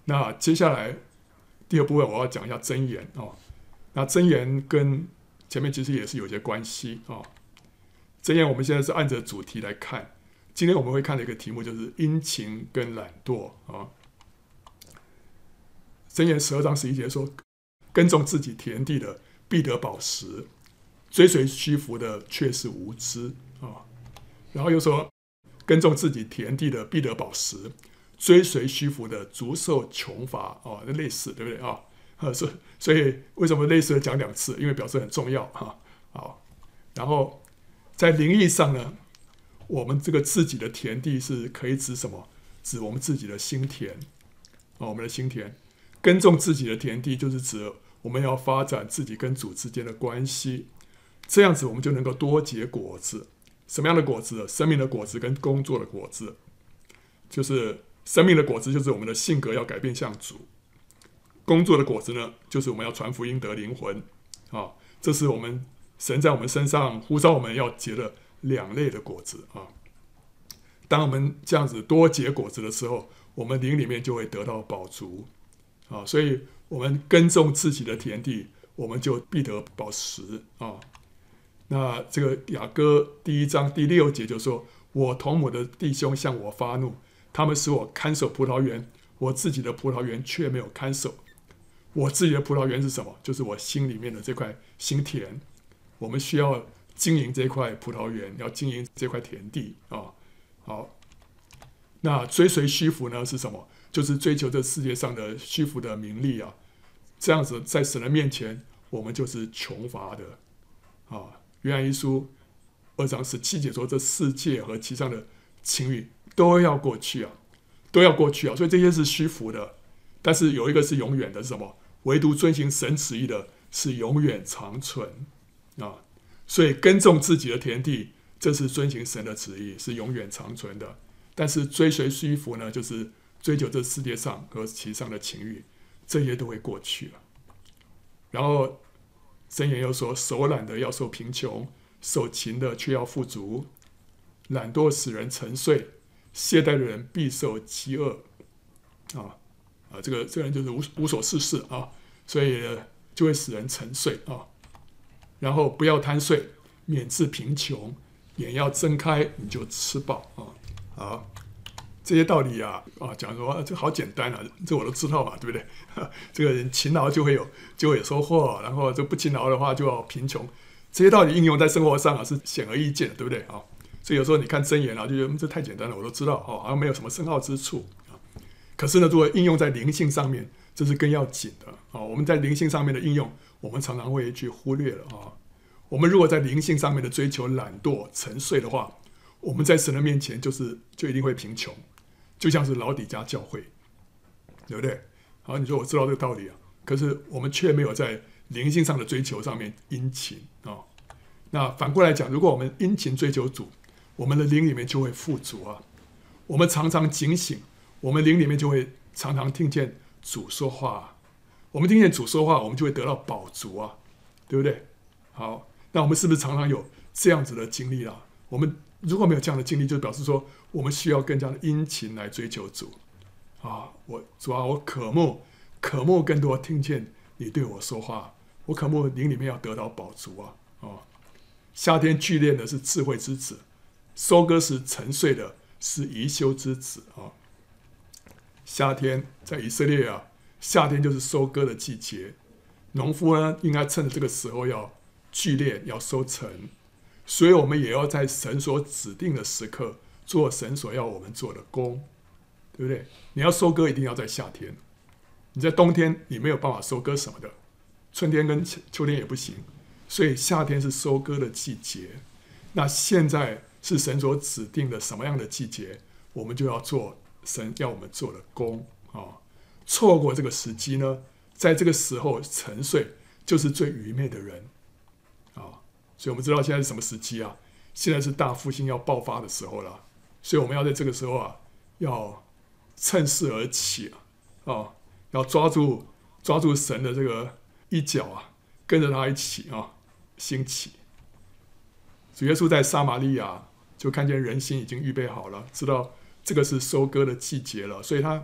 那接下来第二部分我要讲一下箴言哦。那箴言跟前面其实也是有些关系哦。箴言我们现在是按着主题来看，今天我们会看的一个题目就是殷勤跟懒惰啊。箴言12章11节说：“耕种自己田地的，必得饱食；追随虚浮的，却是无知啊。”然后又说：“耕种自己田地的，必得饱食；追随虚浮的，足受穷乏。”哦，类似对不对啊？所以为什么类似的讲2次？因为表示很重要哈。好，然后在灵意上呢，我们这个自己的田地是可以指什么？指我们自己的心田我们的心田。耕种自己的田地，就是指我们要发展自己跟主之间的关系，这样子我们就能够多结果子。什么样的果子？生命的果子跟工作的果子。就是生命的果子，就是我们的性格要改变向主；工作的果子呢，就是我们要传福音得灵魂这是我们神在我们身上呼召我们要结的2类的果子当我们这样子多结果子的时候，我们灵里面就会得到饱足所以我们耕种自己的田地，我们就必得饱食那这个雅歌1章第6节就说：“我同母的弟兄向我发怒，他们使我看守葡萄园，我自己的葡萄园却没有看守。”我自己的葡萄园是什么？就是我心里面的这块心田。我们需要经营这块葡萄园，要经营这块田地好，那追随虚浮呢是什么？就是追求这世界上的虚浮的名利这样子在神的面前，我们就是穷乏的约翰一书2章17节说：“这世界和其上的情欲都要过去都要过去所以这些是虚浮的，但是有一个是永远的，是什么？唯独遵行神旨意的是永远长存所以耕种自己的田地，这是遵行神的旨意，是永远长存的。但是追随虚浮呢，就是追求这世界上和其上的情欲，这些都会过去了。然后箴言又说：“手懒的要受贫穷，手勤的却要富足。懒惰使人沉睡，懈怠的人必受饥饿。”这个人就是无所事事所以就会使人沉睡然后不要贪睡，免致贫穷，眼要睁开，你就吃饱好，这些道理讲说这好简单这我都知道嘛，对不对？这个人勤劳就会有收获，然后这不勤劳的话就要贫穷。这些道理应用在生活上是显而易见的，对不对所以有时候你看箴言就觉得这太简单了，我都知道好像没有什么深奥之处可是呢，如果应用在灵性上面，这是更要紧的我们在灵性上面的应用，我们常常会去忽略了我们如果在灵性上面的追求懒惰沉睡的话，我们在神的面前就一定会贫穷，就像是老底嘉教会，对不对？好，你说我知道这个道理可是我们却没有在灵性上的追求上面殷勤那反过来讲，如果我们殷勤追求主，我们的灵里面就会富足我们常常警醒，我们灵里面就会常常听见主说话我们听见主说话，我们就会得到饱足对不对？好，那我们是不是常常有这样子的经历我们如果没有这样的经历，就表示说我们需要更加的殷勤来追求主主我渴慕更多听见你对我说话，我渴慕灵里面要得到饱足夏天聚练的是智慧之子，收割时沉睡的是贻羞之子夏天在以色列夏天就是收割的季节，农夫呢应该趁着这个时候要聚练，要收成，所以我们也要在神所指定的时刻做神所要我们做的工，对不对？你要收割一定要在夏天，你在冬天你没有办法收割什么的，春天跟秋天也不行，所以夏天是收割的季节。那现在是神所指定的什么样的季节，我们就要做神要我们做的工错过这个时机呢，在这个时候沉睡就是最愚昧的人所以我们知道现在是什么时机现在是大复兴要爆发的时候了，所以我们要在这个时候要趁势而起要抓住神的这个一脚跟着他一起兴起。主耶稣在撒玛利亚就看见人心已经预备好了，知道这个是收割的季节了，所以他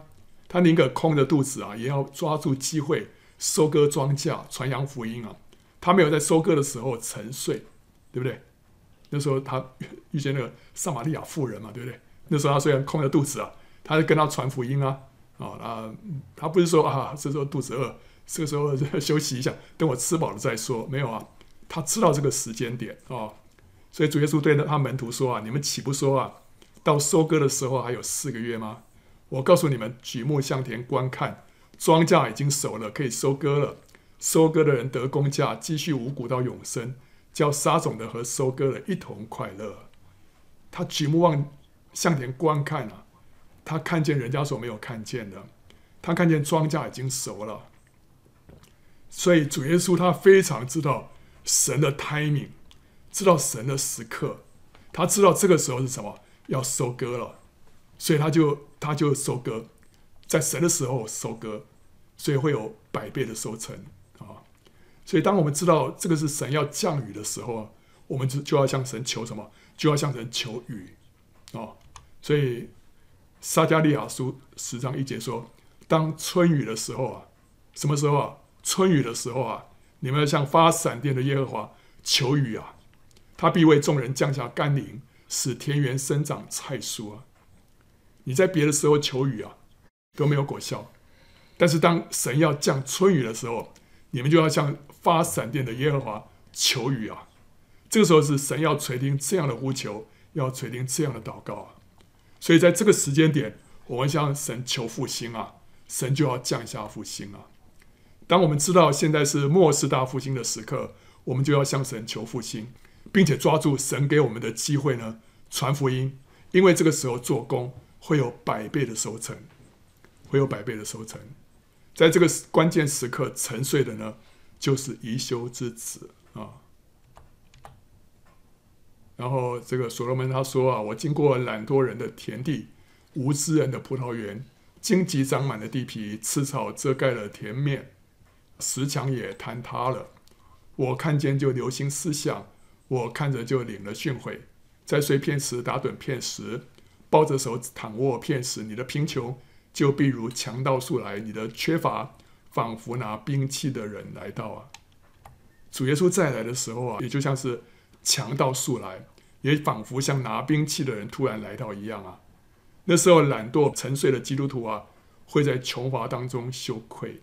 他宁可空着肚子啊，也要抓住机会收割庄稼，传扬福音啊。他没有在收割的时候沉睡，对不对？那时候他遇见那个撒玛利亚妇人嘛，对不对？那时候他虽然空着肚子啊，他就跟他传福音啊，他不是说啊，这时候肚子饿，这个时候休息一下，等我吃饱了再说，没有啊，他知道这个时间点啊，所以主耶稣对他门徒说啊，你们岂不说啊，到收割的时候还有4个月吗？我告诉你们，举目向田观看，庄稼已经熟了，可以收割了。收割的人得工价，积蓄五谷到永生，叫撒种的和收割的一同快乐。他举目向田观看啊，他看见人家所没有看见的，他看见庄稼已经熟了。所以主耶稣他非常知道神的 timing， 知道神的时刻，他知道这个时候是什么，要收割了，所以他就收割，在神的时候收割，所以会有100倍的收成啊。所以当我们知道这个是神要降雨的时候，我们就要向神求什么？就要向神求雨啊。所以撒迦利亚书10章1节说，当春雨的时候啊，什么时候啊？春雨的时候啊，你们要向发闪电的耶和华求雨啊，他必为众人降下甘霖，使田园生长菜蔬啊。你在别的时候求雨啊，都没有果效，但是当神要降春雨的时候，你们就要向发闪电的耶和华求雨啊。这个时候是神要垂听这样的呼求，要垂听这样的祷告啊。所以在这个时间点，我们向神求复兴啊，神就要降下复兴啊。当我们知道现在是末世大复兴的时刻，我们就要向神求复兴，并且抓住神给我们的机会呢，传福音，因为这个时候做工会有100倍的收成，会有100倍的收成。在这个关键时刻沉睡的呢，就是貽羞之子啊。然后这个所罗门他说啊，我经过懒惰人的田地，无知人的葡萄园，荆棘长满了地皮，刺草遮盖了田面，石墙也坍塌了。我看见就留心思想，我看着就领了训诲，在碎片时打盹片时，抱着手躺卧片时，你的贫穷就必如强盗速来，你的缺乏仿佛拿兵器的人来到啊。主耶稣再来的时候啊，也就像是强盗速来，也仿佛像拿兵器的人突然来到一样啊。那时候懒惰沉睡的基督徒啊，会在穷乏当中羞愧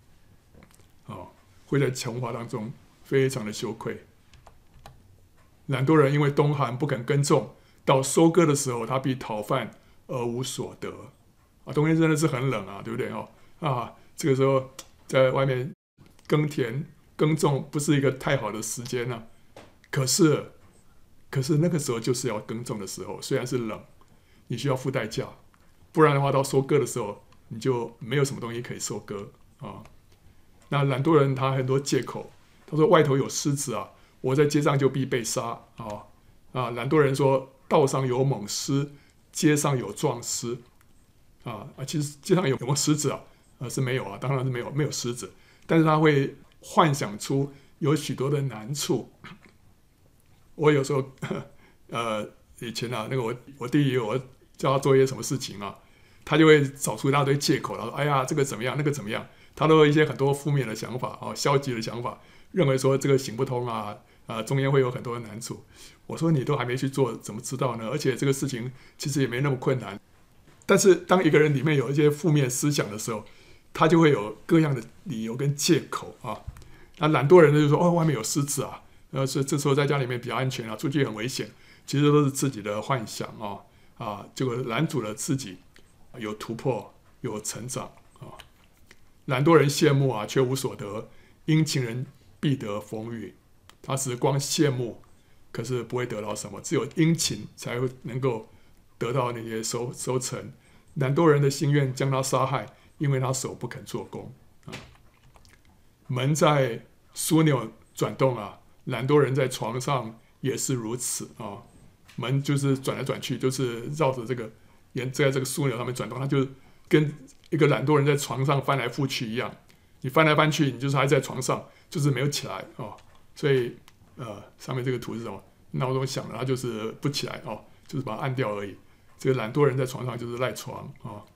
会在穷乏当中非常的羞愧。懒惰人因为冬寒不肯耕种，到收割的时候，他必讨饭而无所得啊。冬天真的是很冷啊，对不对这个时候在外面耕田耕种不是一个太好的时间啊。可是那个时候就是要耕种的时候，虽然是冷，你需要付代价，不然的话到收割的时候你就没有什么东西可以收割啊。那懒惰人他很多借口，他说外头有狮子啊，我在街上就必被杀懒惰人说道上有猛狮，街上有壮狮其实街上有没有狮子是没有啊，当然是没有狮子，但是他会幻想出有许多的难处。我有时候以前那个我弟弟我叫他做一些什么事情他就会找出一大堆借口，他说哎呀这个怎么样那个怎么样，他都有一些很多负面的想法消极的想法，认为说这个行不通中间会有很多的难处。我说你都还没去做，怎么知道呢？而且这个事情其实也没那么困难。但是当一个人里面有一些负面思想的时候，他就会有各样的理由跟借口那懒惰人就说外面有狮子是这时候在家里面比较安全出去很危险，其实都是自己的幻想结果拦阻了自己有突破有成长懒惰人羡慕却无所得，殷勤人必得丰裕。他只是光羡慕，可是不会得到什么，只有殷勤才会能够得到那些收成。懒惰人的心愿将他杀害，因为他手不肯做工门在枢纽转动懒惰人在床上也是如此门就是转来转去，就是绕着在这个枢纽上面转动，它就跟一个懒惰人在床上翻来覆去一样。你翻来翻去，你就是还在床上，就是没有起来所以上面这个图是什么？闹钟响了，它就是不起来就是把它按掉而已。这个懒惰人在床上就是赖床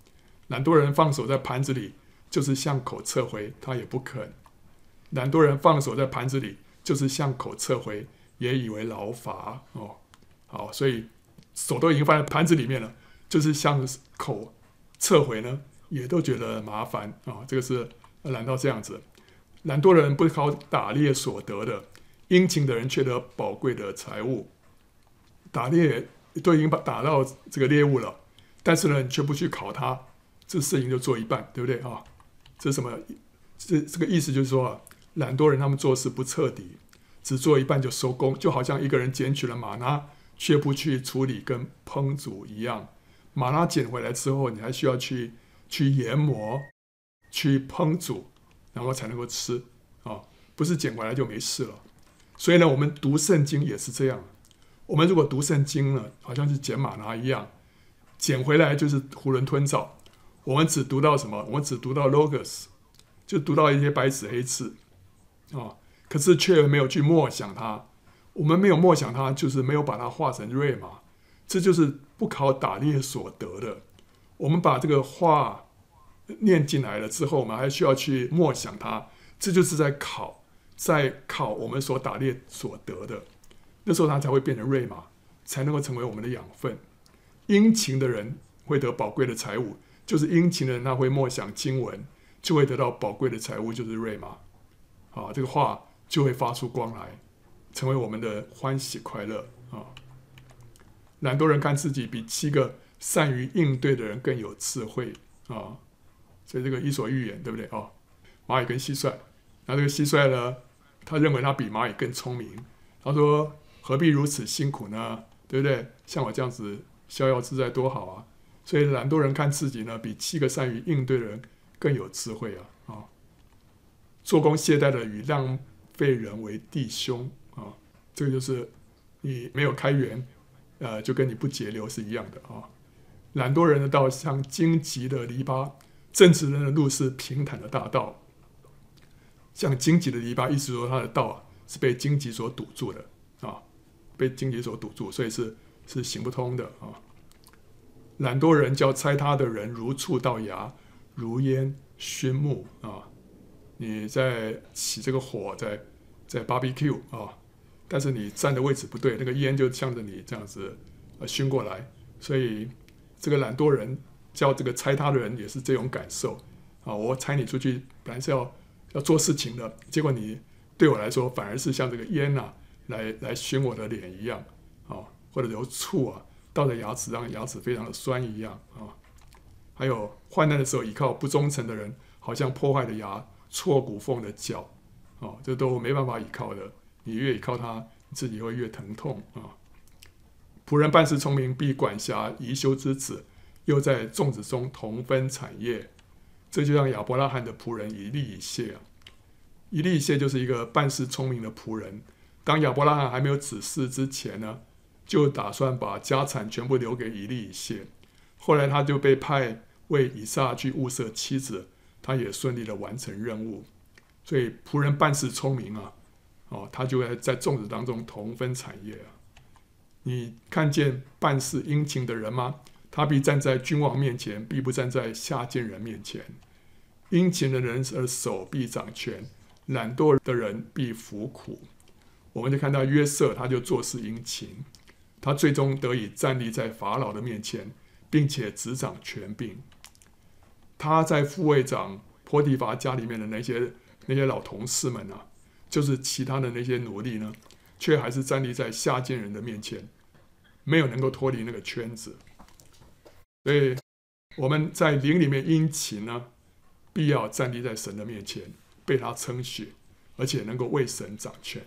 懒惰人放手在盘子里，就是向口撤回，他也不肯。懒惰人放手在盘子里，就是向口撤回，也以为劳乏哦。好，所以手都已经放在盘子里面了，就是向口撤回呢，也都觉得麻烦啊。这个是懒到这样子。懒惰的人不靠打猎所得的，殷勤的人却得宝贵的财物。打猎都已经打到这个猎物了，但是呢，你却不去考它，这事情就做一半，对不对啊？这是什么？这个意思就是说啊，懒惰人他们做事不彻底，只做一半就收工，就好像一个人捡取了玛纳，却不去处理跟烹煮一样。玛纳捡回来之后，你还需要去研磨、去烹煮，然后才能够吃啊，不是捡回来就没事了。所以呢，我们读圣经也是这样。我们如果读圣经呢，好像是捡玛纳一样，捡回来就是囫囵吞枣。我们只读到什么？我们只读到 logos， 就读到一些白纸黑字啊，可是却没有去默想它。我们没有默想它，就是没有把它化成瑞玛，这就是不考打猎所得的。我们把这个话念进来了之后，我们还需要去默想它，这就是在考我们所打猎所得的。那时候它才会变成瑞玛，才能够成为我们的养分。殷勤的人会得宝贵的财物，就是殷勤的人他会默想经文，就会得到宝贵的财物，就是瑞玛。啊，这个话就会发出光来，成为我们的欢喜快乐啊。懒惰人看自己比7个善于应对的人更有智慧啊，所以这个伊索寓言对不对啊？蚂蚁跟蟋蟀，那这个蟋蟀呢，他认为他比蚂蚁更聪明，他说何必如此辛苦呢？对不对？像我这样子逍遥自在多好啊！所以懒惰人看自己呢，比7个善于应对的人更有智慧啊！做工懈怠的与浪费人为弟兄啊，这个就是你没有开源，就跟你不节流是一样的啊。懒惰人的道像荆棘的篱笆，正直人的路是平坦的大道。像荆棘的篱笆，意思说他的道啊是被荆棘所堵住的啊，被荆棘所堵住，所以是行不通的啊。懒惰人叫拆他的人如醋到牙，如烟熏木啊。你在起这个火，在 barbecue 啊，但是你站的位置不对，那个烟就向着你这样子熏过来，所以这个懒惰人叫这个拆他的人也是这种感受啊。我拆你出去，本来是要做事情的，结果你对我来说反而是像这个烟啊，来熏我的脸一样啊，或者有醋啊倒在牙齿，让牙齿非常的酸一样啊。还有患难的时候依靠不忠诚的人，好像破坏的牙、错骨缝的脚，哦，这都没办法依靠的。你越依靠他，你自己会越疼痛啊。仆人办事聪明，必管辖貽羞之子，又在众子中同分产业。这就像亚伯拉罕的仆人以利以谢啊。以利以谢就是一个办事聪明的仆人。当亚伯拉罕还没有子嗣之前呢，就打算把家产全部留给以利以谢。后来他就被派为以撒去物色妻子，他也顺利的完成任务。所以仆人办事聪明啊，他就会在众子当中同分产业啊。你看见办事殷勤的人吗？他必站在君王面前，必不站在下贱人面前。殷勤的人的手必掌权，懒惰的人必服苦。我们就看到约瑟，他就做事殷勤，他最终得以站立在法老的面前，并且执掌权柄。他在副卫长波提乏家里面的那些老同事们啊，就是其他的那些奴隶呢，却还是站立在下贱人的面前，没有能够脱离那个圈子。所以我们在灵里面殷勤呢，必要站立在神的面前，被他称许，而且能够为神掌权。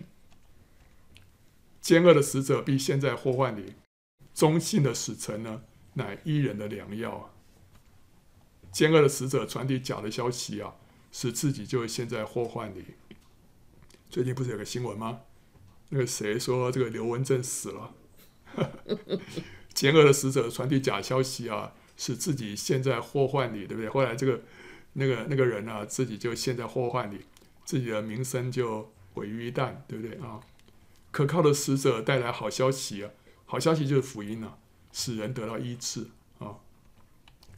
奸恶的使者必陷在祸患里，忠信的使臣呢，乃医人的良药。奸恶的使者传递假的消息啊，使自己就会陷在祸患里。最近不是有个新闻吗？那个谁说这个刘文正死了？奸恶的使者传递假消息啊，使自己陷在祸患里，对不对？后来那个人啊，自己就陷在祸患里，自己的名声就毁于一旦，对不对啊？可靠的使者带来好消息啊，好消息就是福音啊，使人得到医治啊。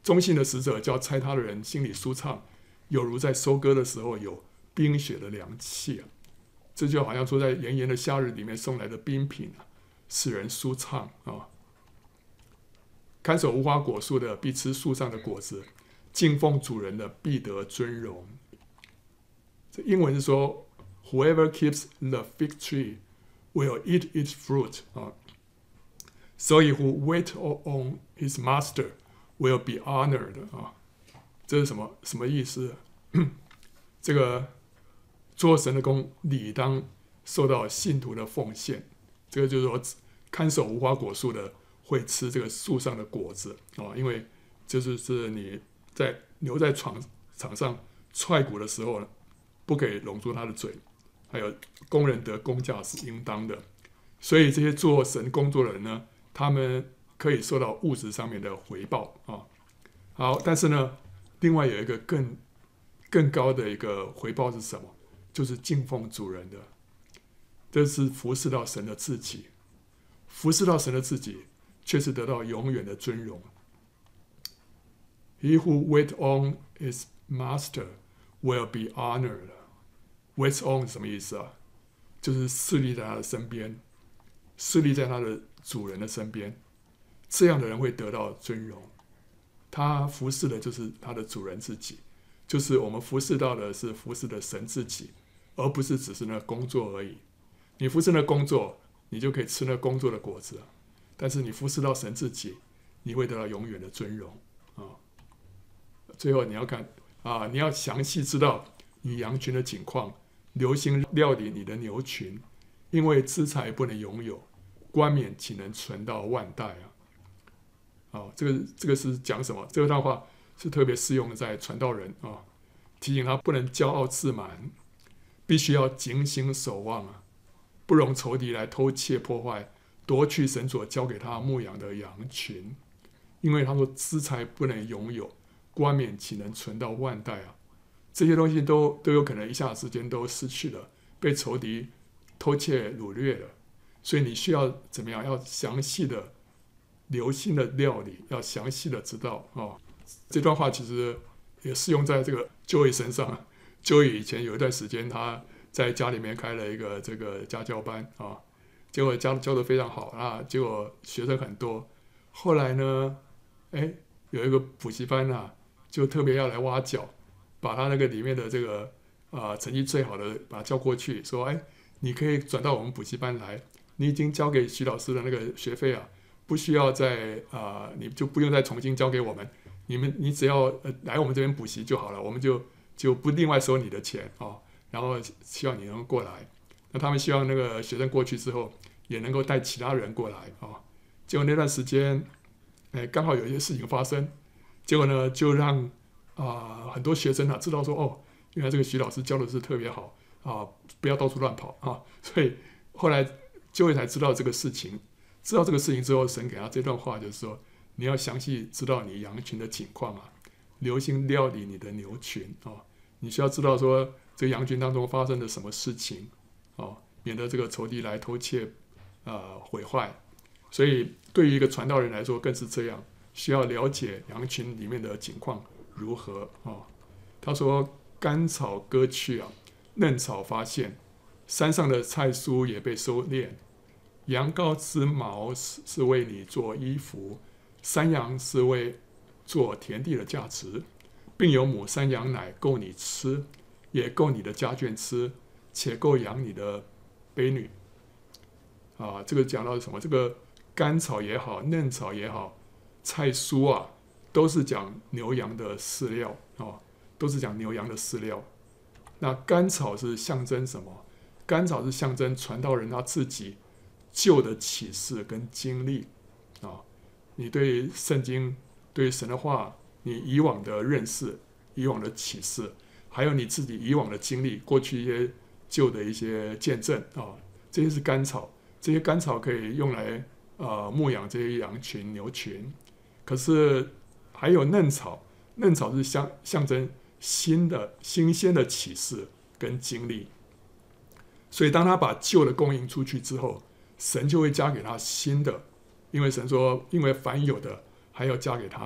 忠信的使者叫差他的人心里舒畅，有如在收割的时候有冰雪的凉气啊。这就好像说在炎炎的夏日里面送来的冰品啊，使人舒畅啊。看守无花果树的必吃树上的果子，敬奉主人的必得尊荣。这英文是说 ，Whoever keeps the fig tree will eat its fruit 啊。So he who wait on his master will be honored 啊。这是什么意思？这个做神的工理当受到信徒的奉献。这个就是说，看守无花果树的会吃这个树上的果子啊，因为就是你牛在场上踹鼓的时候呢，不可以拢住它的嘴，还有工人得工价是应当的，所以这些做神工作的人呢，他们可以受到物质上面的回报啊。好，但是呢，另外有一个更高的一个回报是什么？就是敬奉主人的，这是服侍到神的自己，服侍到神的自己，却是得到永远的尊荣。He who wait on his master will be honored. Wait on 什么意思啊？就是侍立在他的身边，侍立在他的主人的身边，这样的人会得到尊荣。他服侍的就是他的主人自己，就是我们服侍到的是服侍的神自己，而不是只是那工作而已。你服侍那工作，你就可以吃那工作的果子，但是你服侍到神自己，你会得到永远的尊荣啊。最后你要看啊，你要详细知道你羊群的景况，留心料理你的牛群，因为资财不能拥有，冠冕岂能存到万代啊？这个是讲什么？这段话是特别适用在传道人啊，提醒他不能骄傲自满，必须要警醒守望啊，不容仇敌来偷窃破坏，夺去神所交给他牧养的羊群。因为他说资财不能拥有，冠冕岂能存到万代啊？这些东西都有可能一下之间都失去了，被仇敌偷窃掳掠了。所以你需要怎么样？要详细的、留心的料理，要详细的知道哦。这段话其实也适用在这个Joey身上。Joey以前有一段时间，他在家里面开了一个这个家教班啊，结果教得非常好啊，结果学生很多。后来呢，有一个补习班啊，就特别要来挖角，把他那个里面的这个成绩最好的把他叫过去，说你可以转到我们补习班来，你已经交给徐老师的那个学费啊，不需要再你就不用再重新交给我们，你只要来我们这边补习就好了，我们就不另外收你的钱啊，然后希望你能过来。那他们希望那个学生过去之后，也能够带其他人过来啊。结果那段时间，刚好有一些事情发生，结果呢就让很多学生知道说原来这个徐老师教的是特别好啊，不要到处乱跑啊。所以后来就会才知道这个事情。知道这个事情之后，神给他这段话就是说，你要详细知道你羊群的情况啊，留心料理你的牛群啊。你需要知道说这个羊群当中发生了什么事情啊，免得这个仇敌来偷窃毁坏。所以对于一个传道人来说更是这样，需要了解羊群里面的情况如何啊。他说干草割去啊，嫩草发现，山上的菜蔬也被收敛，羊羔之毛是为你做衣服，山羊是为做田地的价值，并有母山羊奶够你吃，也够你的家眷吃，且够养你的婢女。这个讲到是什么？这个甘草也好，嫩草也好，菜蔬啊，都是讲牛羊的饲料都是讲牛羊的饲料。那甘草是象征什么？甘草是象征传道人他自己旧的启示跟经历你对圣经、对神的话，你以往的认识、以往的启示，还有你自己以往的经历，过去一些旧的一些见证这些是甘草。这些甘草可以用来牧养这些羊群、牛群。可是还有嫩草，嫩草是象征新鲜的启示跟经历。所以当他把旧的供应出去之后，神就会加给他新的，因为神说，因为凡有的还要加给他。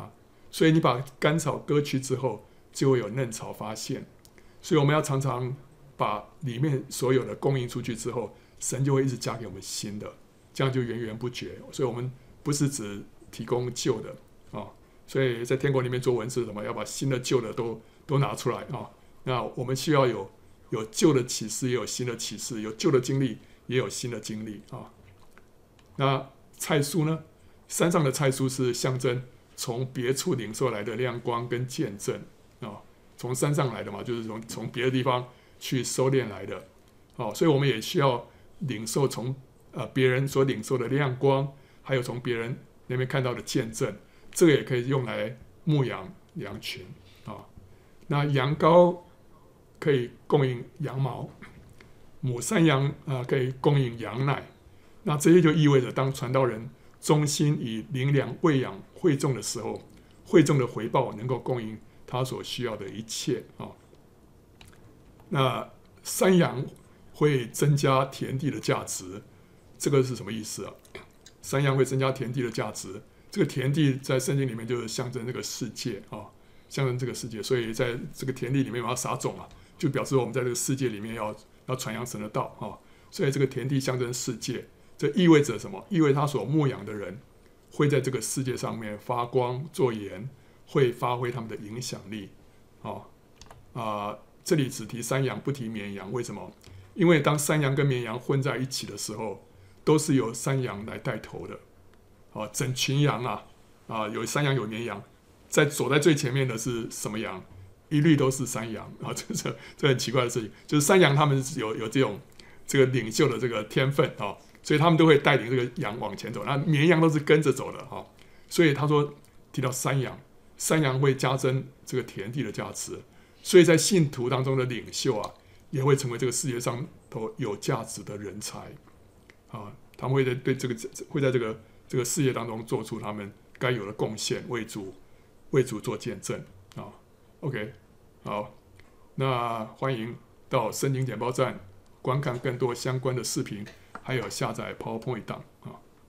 所以你把干草割去之后，就会有嫩草发现。所以我们要常常把里面所有的供应出去之后，神就会一直加给我们新的，这样就源源不绝。所以我们不是只提供旧的啊，所以在天国里面做文字什么，要把新的旧的都拿出来啊。那我们需要有旧的启示，也有新的启示；有旧的经历，也有新的经历啊。那菜蔬呢？山上的菜蔬是象征从别处领受来的亮光跟见证啊，从山上来的嘛，就是从别的地方去收敛来的。哦，所以我们也需要领受从别人所领受的亮光，还有从别人那边看到的见证，这个也可以用来牧养羊群啊。那羊羔可以供应羊毛，母山羊可以供应羊奶。那这些就意味着，当传道人忠心以灵粮喂养会众的时候，会众的回报能够供应他所需要的一切啊。那山羊会增加田地的价值，这个是什么意思啊？山羊会增加田地的价值，这个田地在圣经里面就是象征这个世界啊，象征这个世界，所以在这个田地里面我们要撒种啊，就表示我们在这个世界里面要传扬神的道啊，所以这个田地象征世界。这意味着什么？意味着他所牧养的人会在这个世界上面发光做盐，会发挥他们的影响力。这里只提山羊不提绵羊，为什么？因为当山羊跟绵羊混在一起的时候，都是由山羊来带头的。整群羊有山羊有绵羊，走在最前面的是什么羊？一律都是山羊啊！这很奇怪的事情，就是山羊他们有这个领袖的这个天分啊。所以他们都会带领这个羊往前走，那绵羊都是跟着走的哈。所以他说提到山羊会加增这个田地的价值，所以在信徒当中的领袖也会成为这个世界上头有价值的人才啊。他们会在这个世界当中做出他们该有的贡献，为主做见证啊。OK， 好，那欢迎到圣经简报站观看更多相关的视频。还有下载 PowerPoint 档啊。